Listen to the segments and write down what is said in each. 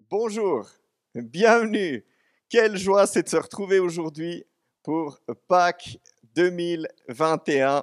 Bonjour, bienvenue. Quelle joie c'est de se retrouver aujourd'hui pour Pâques 2021.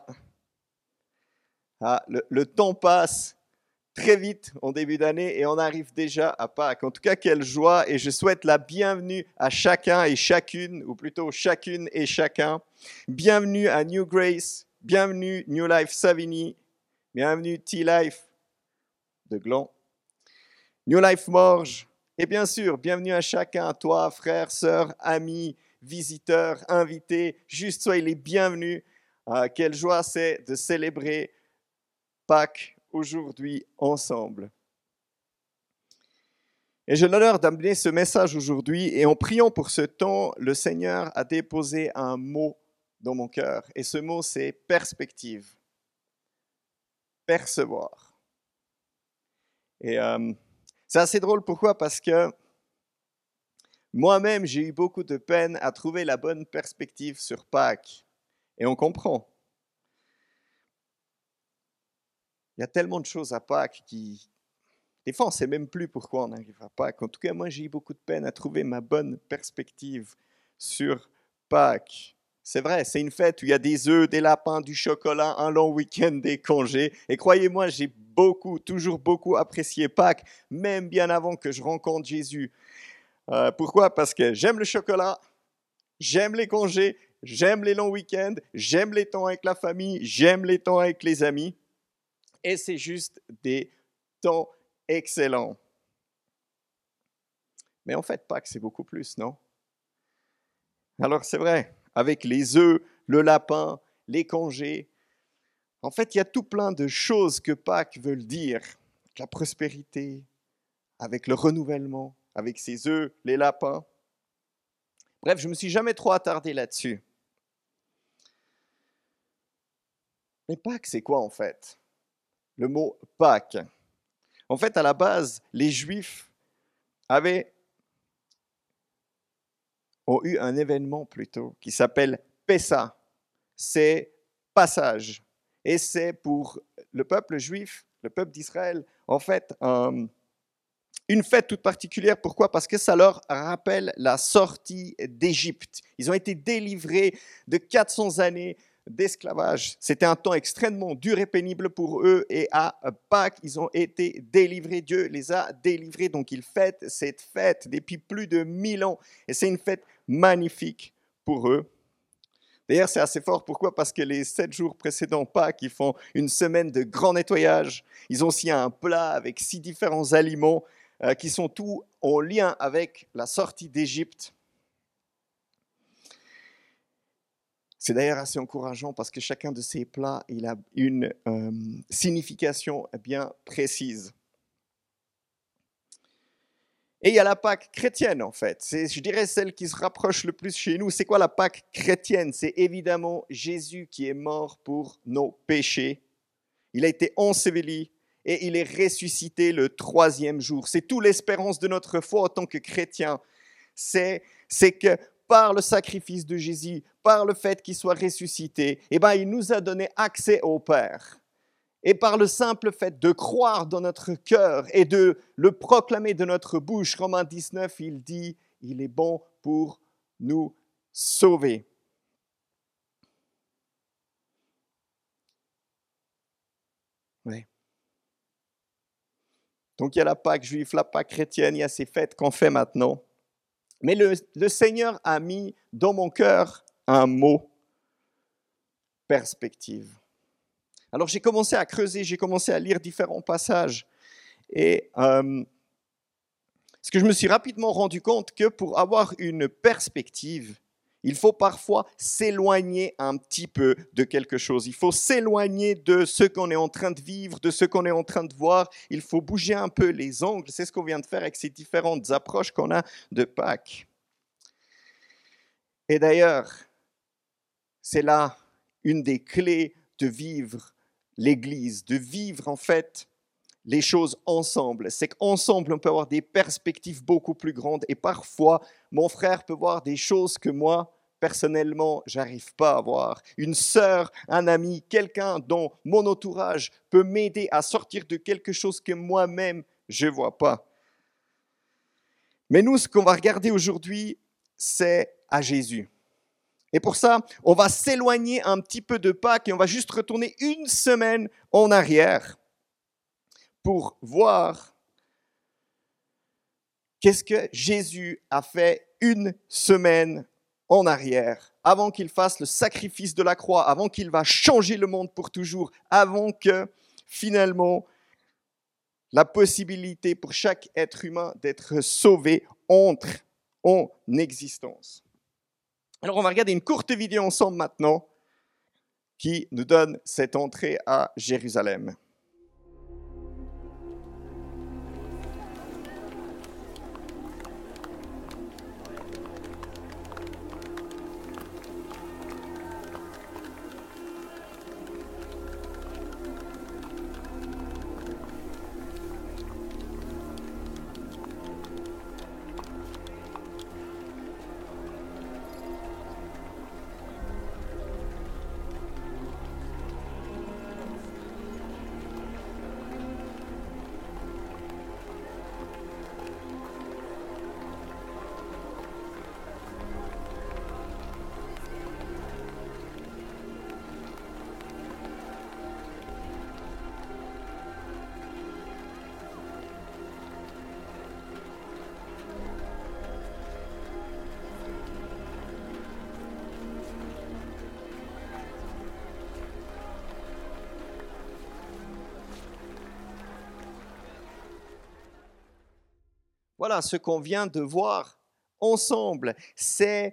Le temps passe très vite en début d'année et on arrive déjà à Pâques. En tout cas, quelle joie et je souhaite la bienvenue à chacun et chacune, ou plutôt chacune et chacun. Bienvenue à New Grace, bienvenue New Life Savigny, bienvenue T-Life de Gland, New Life Morges. Et bien sûr, bienvenue à chacun, toi, frères, sœurs, amis, visiteurs, invités. Juste soyez les bienvenus. Quelle joie c'est de célébrer Pâques aujourd'hui ensemble. Et j'ai l'honneur d'amener ce message aujourd'hui. Et en priant pour ce temps, le Seigneur a déposé un mot dans mon cœur. Et ce mot, c'est perspective. Percevoir. Et c'est assez drôle. Pourquoi ? Parce que moi-même, j'ai eu beaucoup de peine à trouver la bonne perspective sur Pâques. Et on comprend. Il y a tellement de choses à Pâques qui... Des fois, on ne sait même plus pourquoi on arrive à Pâques. En tout cas, moi, j'ai eu beaucoup de peine à trouver ma bonne perspective sur Pâques. C'est vrai, c'est une fête où il y a des œufs, des lapins, du chocolat, un long week-end, des congés. Et croyez-moi, j'ai toujours beaucoup apprécié Pâques, même bien avant que je rencontre Jésus. Pourquoi ? Parce que j'aime le chocolat, j'aime les congés, j'aime les longs week-ends, j'aime les temps avec la famille, j'aime les temps avec les amis. Et c'est juste des temps excellents. Mais en fait, Pâques, c'est beaucoup plus, non ? Alors c'est vrai, avec les œufs, le lapin, les congés, en fait, il y a tout plein de choses que Pâques veut dire. La prospérité, avec le renouvellement, avec ses œufs, les lapins. Bref, je ne me suis jamais trop attardé là-dessus. Mais Pâques, c'est quoi en fait ? Le mot Pâques. En fait, à la base, les Juifs ont eu un événement plutôt qui s'appelle Pessa. C'est passage. Et c'est pour le peuple juif, le peuple d'Israël, en fait, une fête toute particulière. Pourquoi ? Parce que ça leur rappelle la sortie d'Égypte. Ils ont été délivrés de 400 années d'esclavage. C'était un temps extrêmement dur et pénible pour eux. Et à Pâques, ils ont été délivrés. Dieu les a délivrés. Donc, ils fêtent cette fête depuis plus de 1000 ans. Et c'est une fête magnifique pour eux. D'ailleurs, c'est assez fort. Pourquoi ? Parce que les 7 jours précédents Pâques, ils font une semaine de grand nettoyage. Ils ont aussi un plat avec 6 différents aliments qui sont tous en lien avec la sortie d'Égypte. C'est d'ailleurs assez encourageant parce que chacun de ces plats, il a une signification bien précise. Et il y a la Pâque chrétienne, en fait. C'est, je dirais, celle qui se rapproche le plus chez nous. C'est quoi la Pâque chrétienne ? C'est évidemment Jésus qui est mort pour nos péchés. Il a été enseveli et il est ressuscité le 3e jour. C'est toute l'espérance de notre foi en tant que chrétien. C'est que par le sacrifice de Jésus, par le fait qu'il soit ressuscité, il nous a donné accès au Père. Et par le simple fait de croire dans notre cœur et de le proclamer de notre bouche, Romains 19, il dit, il est bon pour nous sauver. Oui. Donc il y a la Pâque juive, la Pâque chrétienne, il y a ces fêtes qu'on fait maintenant. Mais le Seigneur a mis dans mon cœur un mot, perspective. Alors j'ai commencé à creuser, j'ai commencé à lire différents passages. Et ce que je me suis rapidement rendu compte que pour avoir une perspective, il faut parfois s'éloigner un petit peu de quelque chose. Il faut s'éloigner de ce qu'on est en train de vivre, de ce qu'on est en train de voir. Il faut bouger un peu les angles. C'est ce qu'on vient de faire avec ces différentes approches qu'on a de Pâques. Et d'ailleurs, c'est là une des clés de vivre l'Église, de vivre en fait les choses ensemble. C'est qu'ensemble, on peut avoir des perspectives beaucoup plus grandes et parfois, mon frère peut voir des choses que moi, personnellement, j'arrive pas à voir. Une sœur, un ami, quelqu'un dont mon entourage peut m'aider à sortir de quelque chose que moi-même, je vois pas. Mais nous, ce qu'on va regarder aujourd'hui, c'est à Jésus. Et pour ça, on va s'éloigner un petit peu de Pâques et on va juste retourner une semaine en arrière pour voir qu'est-ce que Jésus a fait une semaine en arrière, avant qu'il fasse le sacrifice de la croix, avant qu'il va changer le monde pour toujours, avant que finalement la possibilité pour chaque être humain d'être sauvé entre en existence. Alors on va regarder une courte vidéo ensemble maintenant qui nous donne cette entrée à Jérusalem. Voilà, ce qu'on vient de voir ensemble, c'est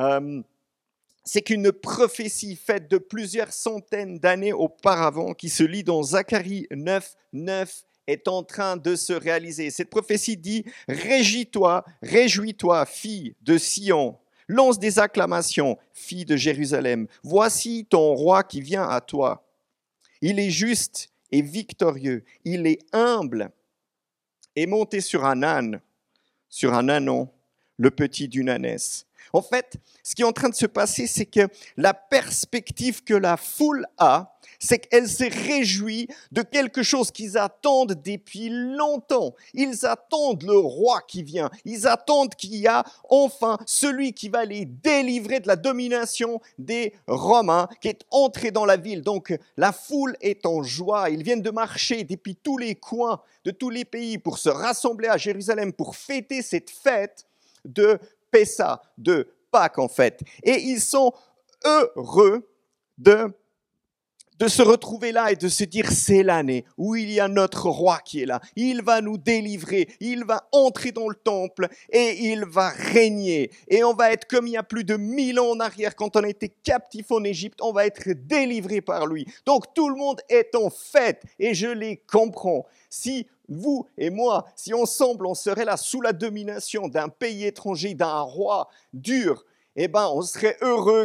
qu'une prophétie faite de plusieurs centaines d'années auparavant, qui se lit dans Zacharie 9, 9, est en train de se réaliser. Cette prophétie dit « Réjouis-toi, réjouis-toi, fille de Sion, lance des acclamations, fille de Jérusalem. Voici ton roi qui vient à toi. Il est juste et victorieux, il est humble et monté sur un âne, sur un ânon, le petit d'une ânesse. » En fait, ce qui est en train de se passer, c'est que la perspective que la foule a, c'est qu'elle se réjouit de quelque chose qu'ils attendent depuis longtemps. Ils attendent le roi qui vient. Ils attendent qu'il y a enfin celui qui va les délivrer de la domination des Romains, qui est entré dans la ville. Donc la foule est en joie. Ils viennent de marcher depuis tous les coins de tous les pays pour se rassembler à Jérusalem pour fêter cette fête de Pessa, de Pâques en fait. Et ils sont heureux de se retrouver là et de se dire c'est l'année où il y a notre roi qui est là. Il va nous délivrer, il va entrer dans le temple et il va régner. Et on va être comme il y a plus de 1000 ans en arrière quand on a été captif en Égypte, on va être délivré par lui. Donc tout le monde est en fête et je les comprends. Si vous et moi, si ensemble on serait là sous la domination d'un pays étranger, d'un roi dur, eh ben on serait heureux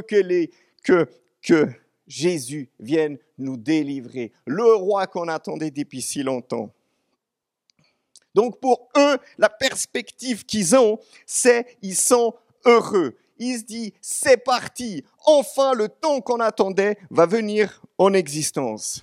que Jésus vienne nous délivrer, le roi qu'on attendait depuis si longtemps. Donc pour eux, la perspective qu'ils ont, c'est ils sont heureux. Ils se disent, c'est parti, enfin le temps qu'on attendait va venir en existence.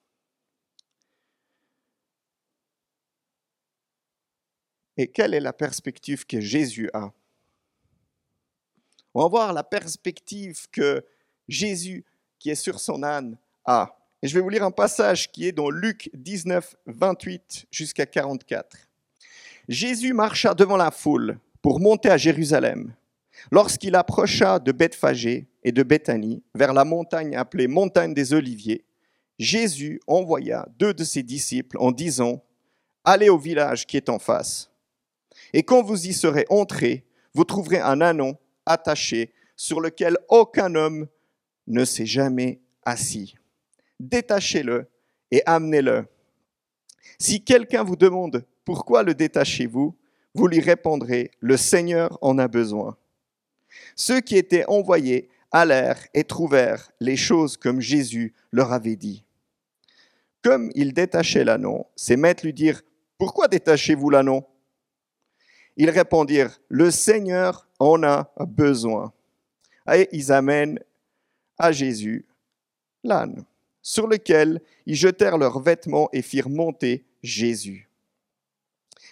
Et quelle est la perspective que Jésus a? On va voir la perspective que Jésus, qui est sur son âne, a. Et je vais vous lire un passage qui est dans Luc 19, 28 jusqu'à 44. Jésus marcha devant la foule pour monter à Jérusalem. Lorsqu'il approcha de Bethphagée et de Béthanie, vers la montagne appelée montagne des Oliviers, Jésus envoya 2 de ses disciples en disant « Allez au village qui est en face. Et quand vous y serez entrés, vous trouverez un ânon attaché sur lequel aucun homme ne s'est jamais assis. Détachez-le et amenez-le. Si quelqu'un vous demande pourquoi le détachez-vous, vous lui répondrez, le Seigneur en a besoin. Ceux qui étaient envoyés allèrent et trouvèrent les choses comme Jésus leur avait dit. Comme ils détachaient l'ânon, ses maîtres lui dirent, pourquoi détachez-vous l'ânon? Ils répondirent, le Seigneur en a besoin. Et ils amènent à Jésus l'âne, sur lequel ils jetèrent leurs vêtements et firent monter Jésus.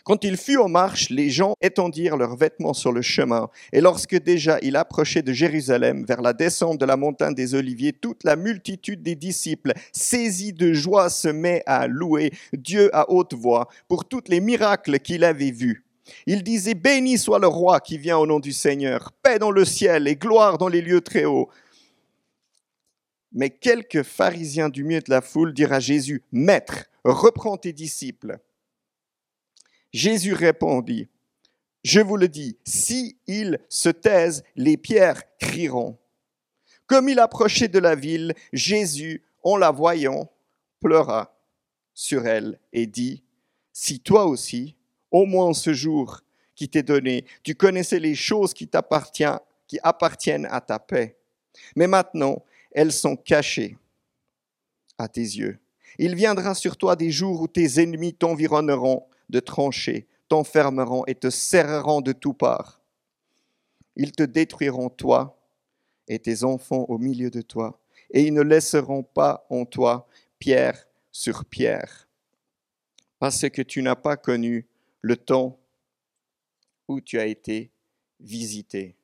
Quand il fut en marche, les gens étendirent leurs vêtements sur le chemin. Et lorsque déjà il approchait de Jérusalem, vers la descente de la montagne des Oliviers, toute la multitude des disciples, saisis de joie, se met à louer Dieu à haute voix pour tous les miracles qu'il avait vus. Il disait, béni soit le roi qui vient au nom du Seigneur, paix dans le ciel et gloire dans les lieux très hauts. Mais quelques pharisiens du milieu de la foule dirent à Jésus, Maître, reprends tes disciples. Jésus répondit, je vous le dis, si ils se taisent, les pierres crieront. Comme il approchait de la ville, Jésus, en la voyant, pleura sur elle et dit, si toi aussi, au moins en ce jour qui t'est donné, tu connaissais les choses qui appartiennent à ta paix, mais maintenant, elles sont cachées à tes yeux. Il viendra sur toi des jours où tes ennemis t'environneront de tranchées, t'enfermeront et te serreront de toutes parts. Ils te détruiront, toi et tes enfants au milieu de toi, et ils ne laisseront pas en toi pierre sur pierre, parce que tu n'as pas connu le temps où tu as été visité.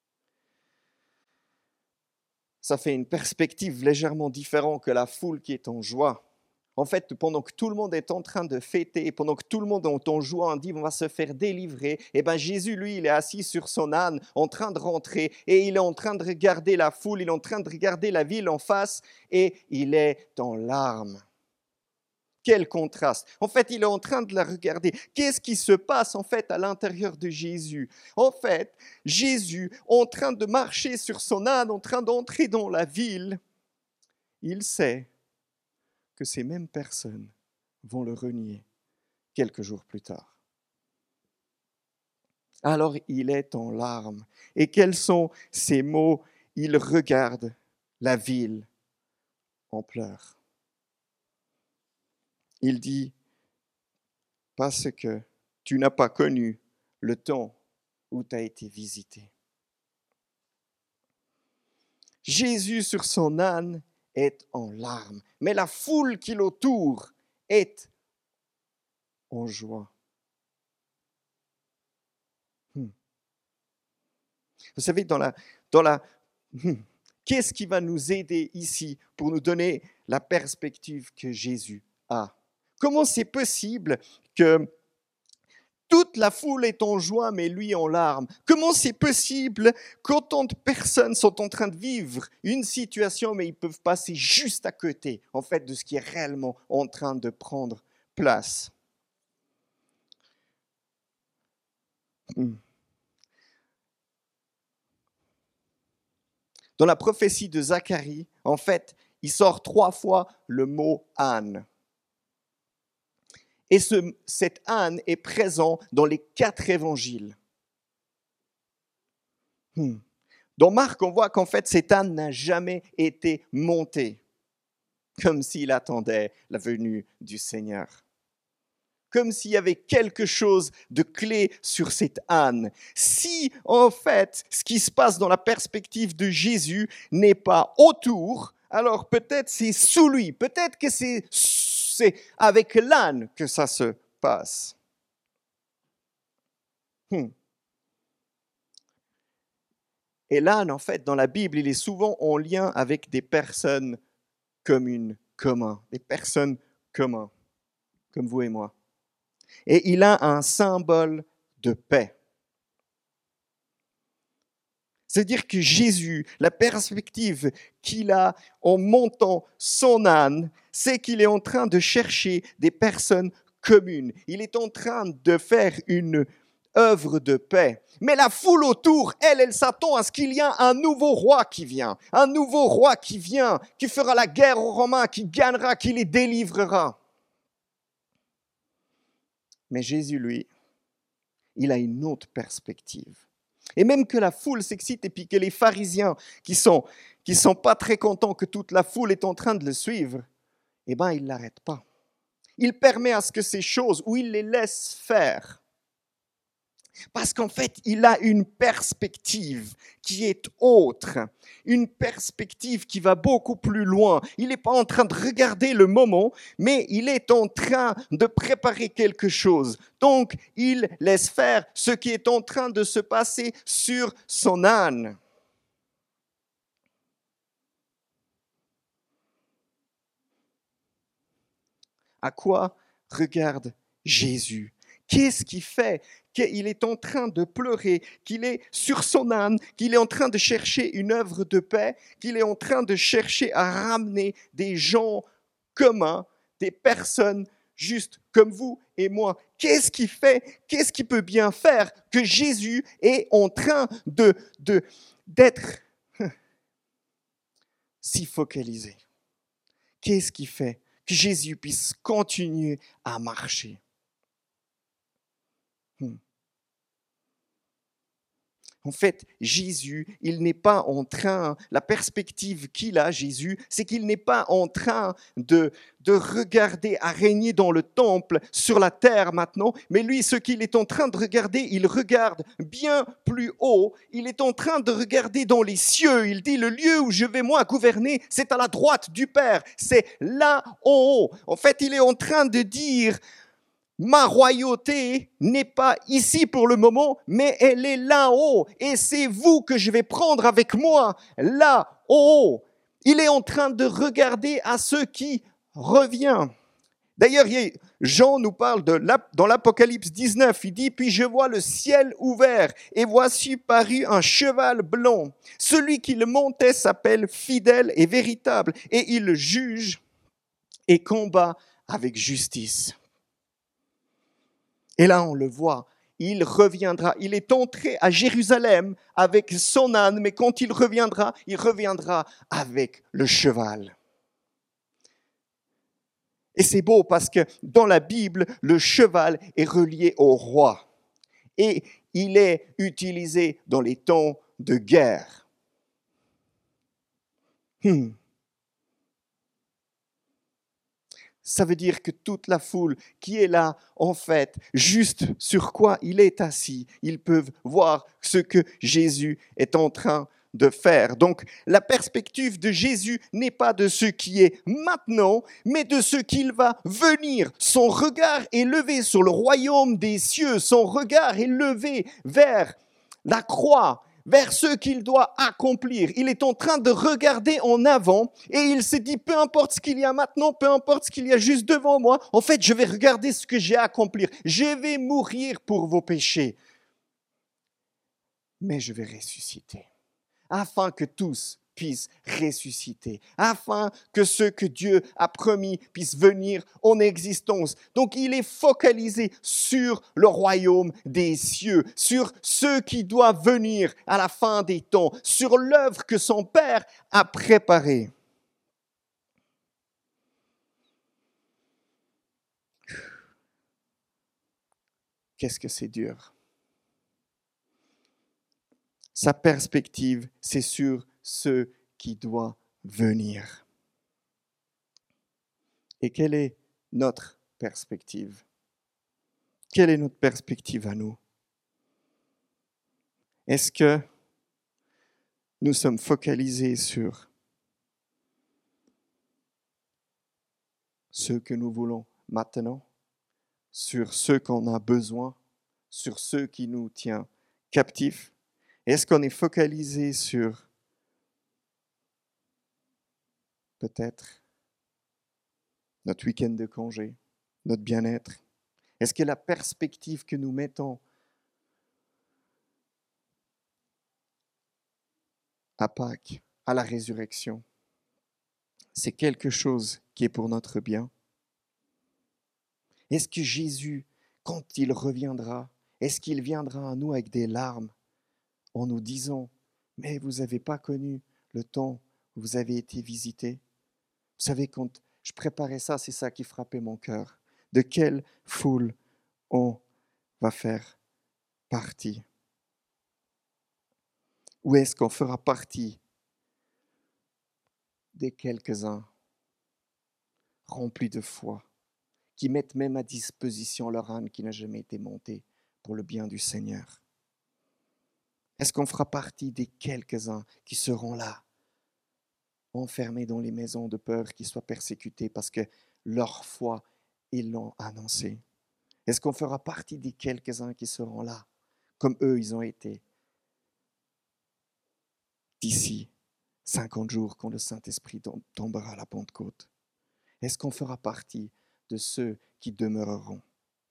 Ça fait une perspective légèrement différente que la foule qui est en joie. En fait, pendant que tout le monde est en train de fêter, pendant que tout le monde est en joie, on dit on va se faire délivrer, et bien Jésus, lui, il est assis sur son âne, en train de rentrer, et il est en train de regarder la foule, il est en train de regarder la ville en face, et il est en larmes. Quel contraste. En fait, il est en train de la regarder. Qu'est-ce qui se passe en fait à l'intérieur de Jésus? En fait, Jésus, en train de marcher sur son âne, en train d'entrer dans la ville, il sait que ces mêmes personnes vont le renier quelques jours plus tard. Alors il est en larmes. Et quels sont ces mots? Il regarde la ville en pleurs. Il dit, parce que tu n'as pas connu le temps où tu as été visité. Jésus sur son âne est en larmes, mais la foule qui l'entoure est en joie. Vous savez, qu'est-ce qui va nous aider ici pour nous donner la perspective que Jésus a? Comment c'est possible que toute la foule est en joie, mais lui en larmes? Comment c'est possible qu'autant de personnes sont en train de vivre une situation, mais ils peuvent passer juste à côté, en fait, de ce qui est réellement en train de prendre place? Dans la prophétie de Zacharie, en fait, il sort 3 fois le mot âne. Et cet âne est présent dans les 4 évangiles. Dans Marc, on voit qu'en fait, cet âne n'a jamais été monté, comme s'il attendait la venue du Seigneur. Comme s'il y avait quelque chose de clé sur cet âne. Si, en fait, ce qui se passe dans la perspective de Jésus n'est pas autour, alors peut-être c'est sous lui, peut-être que c'est avec l'âne que ça se passe. Et l'âne, en fait, dans la Bible, il est souvent en lien avec des personnes communes, des personnes communes, comme vous et moi. Et il a un symbole de paix. C'est-à-dire que Jésus, la perspective qu'il a en montant son âne, c'est qu'il est en train de chercher des personnes communes. Il est en train de faire une œuvre de paix. Mais la foule autour, elle s'attend à ce qu'il y ait un nouveau roi qui vient. Un nouveau roi qui vient, qui fera la guerre aux Romains, qui gagnera, qui les délivrera. Mais Jésus, lui, il a une autre perspective. Et même que la foule s'excite et puis que les pharisiens qui sont pas très contents que toute la foule est en train de le suivre, eh bien, il ne l'arrête pas. Il permet à ce que ces choses, ou il les laisse faire. Parce qu'en fait, il a une perspective qui est autre, une perspective qui va beaucoup plus loin. Il n'est pas en train de regarder le moment, mais il est en train de préparer quelque chose. Donc, il laisse faire ce qui est en train de se passer sur son âne. À quoi regarde Jésus? Qu'est-ce qu'il fait? Qu'il est en train de pleurer, qu'il est sur son âne, qu'il est en train de chercher une œuvre de paix, qu'il est en train de chercher à ramener des gens communs, des personnes juste comme vous et moi. Qu'est-ce qu'il fait? Qu'est-ce qu'il peut bien faire que Jésus est en train d'être si focalisé? Qu'est-ce qui fait que Jésus puisse continuer à marcher? En fait, Jésus, il n'est pas en train, la perspective qu'il a, Jésus, c'est qu'il n'est pas en train de regarder à régner dans le temple sur la terre maintenant, mais lui, ce qu'il est en train de regarder, il regarde bien plus haut, il est en train de regarder dans les cieux, il dit, le lieu où je vais moi gouverner, c'est à la droite du Père, c'est là en haut. En fait, il est en train de dire, ma royauté n'est pas ici pour le moment, mais elle est là-haut. Et c'est vous que je vais prendre avec moi, là-haut. Il est en train de regarder à ce qui revient. D'ailleurs, Jean nous parle dans l'Apocalypse 19, il dit, puis je vois le ciel ouvert, et voici paru un cheval blanc. Celui qui le montait s'appelle fidèle et véritable, et il juge et combat avec justice. Et là, on le voit, il reviendra. Il est entré à Jérusalem avec son âne, mais quand il reviendra avec le cheval. Et c'est beau parce que dans la Bible, le cheval est relié au roi. Et il est utilisé dans les temps de guerre. Ça veut dire que toute la foule qui est là, en fait, juste sur quoi il est assis, ils peuvent voir ce que Jésus est en train de faire. Donc, la perspective de Jésus n'est pas de ce qui est maintenant, mais de ce qu'il va venir. Son regard est levé sur le royaume des cieux. Son regard est levé vers la croix, vers ce qu'il doit accomplir. Il est en train de regarder en avant et il se dit, peu importe ce qu'il y a maintenant, peu importe ce qu'il y a juste devant moi, en fait, je vais regarder ce que j'ai à accomplir. Je vais mourir pour vos péchés, mais je vais ressusciter, afin que tous puissent ressusciter, afin que ce que Dieu a promis puisse venir en existence. Donc il est focalisé sur le royaume des cieux, sur ce qui doit venir à la fin des temps, sur l'œuvre que son Père a préparée. Qu'est-ce que c'est dur. Sa perspective, c'est sur ce qui doit venir. Et quelle est notre perspective? Quelle est notre perspective à nous? Est-ce que nous sommes focalisés sur ce que nous voulons maintenant, sur ce qu'on a besoin, sur ce qui nous tient captifs? Est-ce qu'on est focalisé sur peut-être notre week-end de congé, notre bien-être? Est-ce que la perspective que nous mettons à Pâques, à la résurrection, c'est quelque chose qui est pour notre bien? Est-ce que Jésus, quand il reviendra, est-ce qu'il viendra à nous avec des larmes en nous disant, mais vous n'avez pas connu le temps où vous avez été visité? Vous savez, quand je préparais ça, c'est ça qui frappait mon cœur. De quelle foule on va faire partie? Ou est-ce qu'on fera partie des quelques-uns remplis de foi, qui mettent même à disposition leur âne qui n'a jamais été monté pour le bien du Seigneur? Est-ce qu'on fera partie des quelques-uns qui seront là, enfermés dans les maisons de peur, qui soient persécutés parce que leur foi, ils l'ont annoncé? Est-ce qu'on fera partie des quelques-uns qui seront là, comme eux, ils ont été, d'ici 50 jours, quand le Saint-Esprit tombera à la Pentecôte? Est-ce qu'on fera partie de ceux qui demeureront?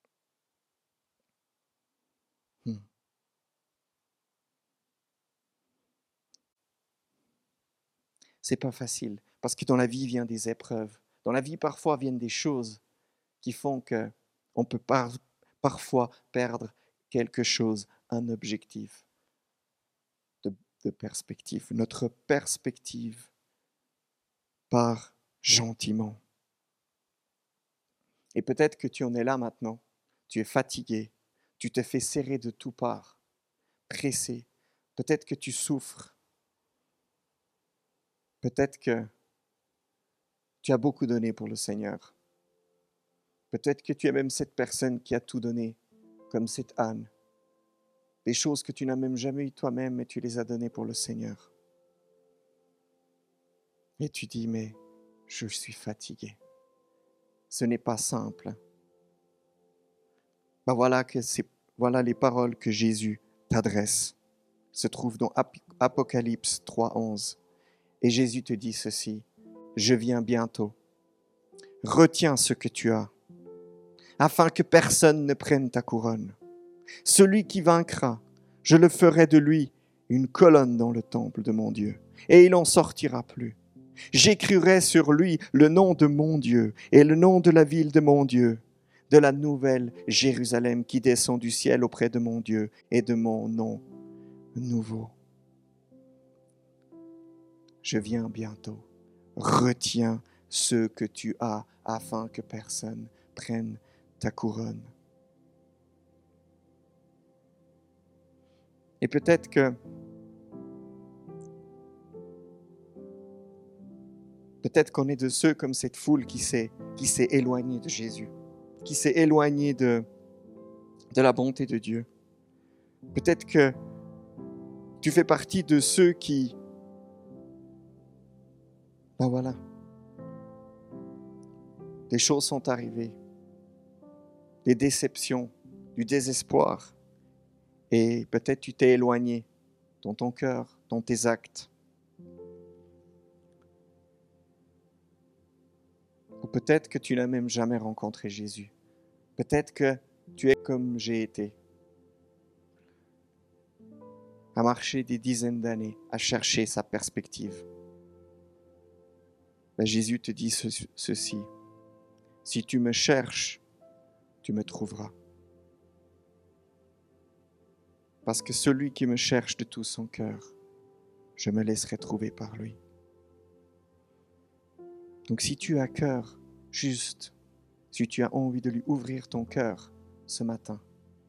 C'est pas facile, parce que dans la vie viennent des épreuves. Dans la vie, parfois, viennent des choses qui font que on peut parfois perdre quelque chose, un objectif de, de perspective. Notre perspective part gentiment. Et peut-être que tu en es là maintenant, tu es fatigué, tu te fais serrer de toutes parts, pressé, peut-être que tu souffres, peut-être que tu as beaucoup donné pour le Seigneur. Peut-être que tu es même cette personne qui a tout donné, comme cette Anne. Des choses que tu n'as même jamais eues toi-même, mais tu les as données pour le Seigneur. Et tu dis, mais je suis fatigué. Ce n'est pas simple. Voilà les paroles que Jésus t'adresse. Se trouve dans Apocalypse 3:11. Et Jésus te dit ceci, je viens bientôt. Retiens ce que tu as, afin que personne ne prenne ta couronne. Celui qui vaincra, je le ferai de lui une colonne dans le temple de mon Dieu, et il n'en sortira plus. J'écrirai sur lui le nom de mon Dieu et le nom de la ville de mon Dieu, de la nouvelle Jérusalem qui descend du ciel auprès de mon Dieu et de mon nom nouveau. Je viens bientôt. Retiens ce que tu as afin que personne prenne ta couronne. Et peut-être qu'on est de ceux comme cette foule qui s'est éloignée de Jésus, qui s'est éloignée de la bonté de Dieu. Peut-être que tu fais partie de ceux qui, des choses sont arrivées, des déceptions, du désespoir, et peut-être tu t'es éloigné dans ton cœur, dans tes actes. Ou peut-être que tu n'as même jamais rencontré Jésus. Peut-être que tu es comme j'ai été, à marcher des dizaines d'années, à chercher sa perspective. Mais Jésus te dit ceci, si tu me cherches, tu me trouveras. Parce que celui qui me cherche de tout son cœur, je me laisserai trouver par lui. Donc si tu as cœur juste, si tu as envie de lui ouvrir ton cœur ce matin,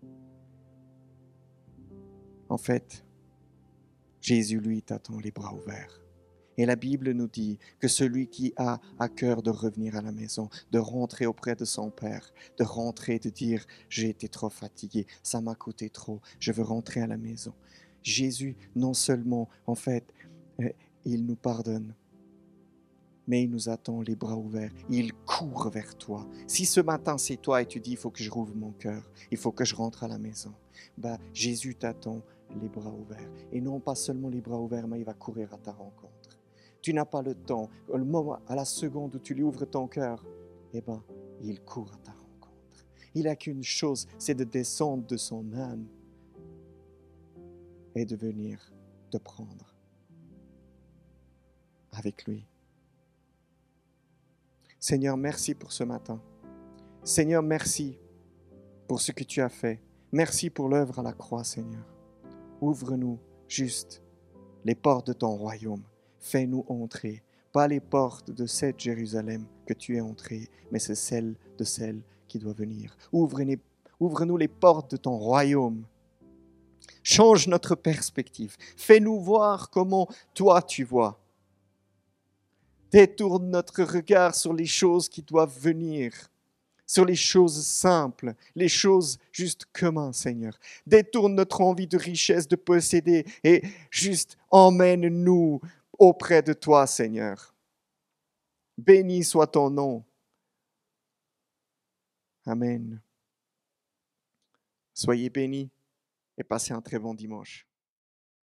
en fait, Jésus, lui, t'attend les bras ouverts. Et la Bible nous dit que celui qui a à cœur de revenir à la maison, de rentrer auprès de son Père, de rentrer, de dire « j'ai été trop fatigué, ça m'a coûté trop, je veux rentrer à la maison ». Jésus, non seulement, en fait, il nous pardonne, mais il nous attend les bras ouverts. Il court vers toi. Si ce matin c'est toi et tu dis « il faut que je rouvre mon cœur, il faut que je rentre à la maison », Jésus t'attend les bras ouverts. Et non pas seulement les bras ouverts, mais il va courir à ta rencontre. Tu n'as pas le temps. Au moment, à la seconde où tu lui ouvres ton cœur, il court à ta rencontre. Il n'a qu'une chose, c'est de descendre de son âne et de venir te prendre avec lui. Seigneur, merci pour ce matin. Seigneur, merci pour ce que tu as fait. Merci pour l'œuvre à la croix, Seigneur. Ouvre-nous juste les portes de ton royaume. Fais-nous entrer, pas les portes de cette Jérusalem que tu es entrée, mais c'est celle qui doit venir. Ouvre-nous les portes de ton royaume. Change notre perspective. Fais-nous voir comment toi tu vois. Détourne notre regard sur les choses qui doivent venir. sur les choses simples, les choses juste communes, Seigneur. Détourne notre envie de richesse, de posséder et juste emmène-nous auprès de toi, Seigneur. Béni soit ton nom. Amen. Soyez bénis et passez un très bon dimanche.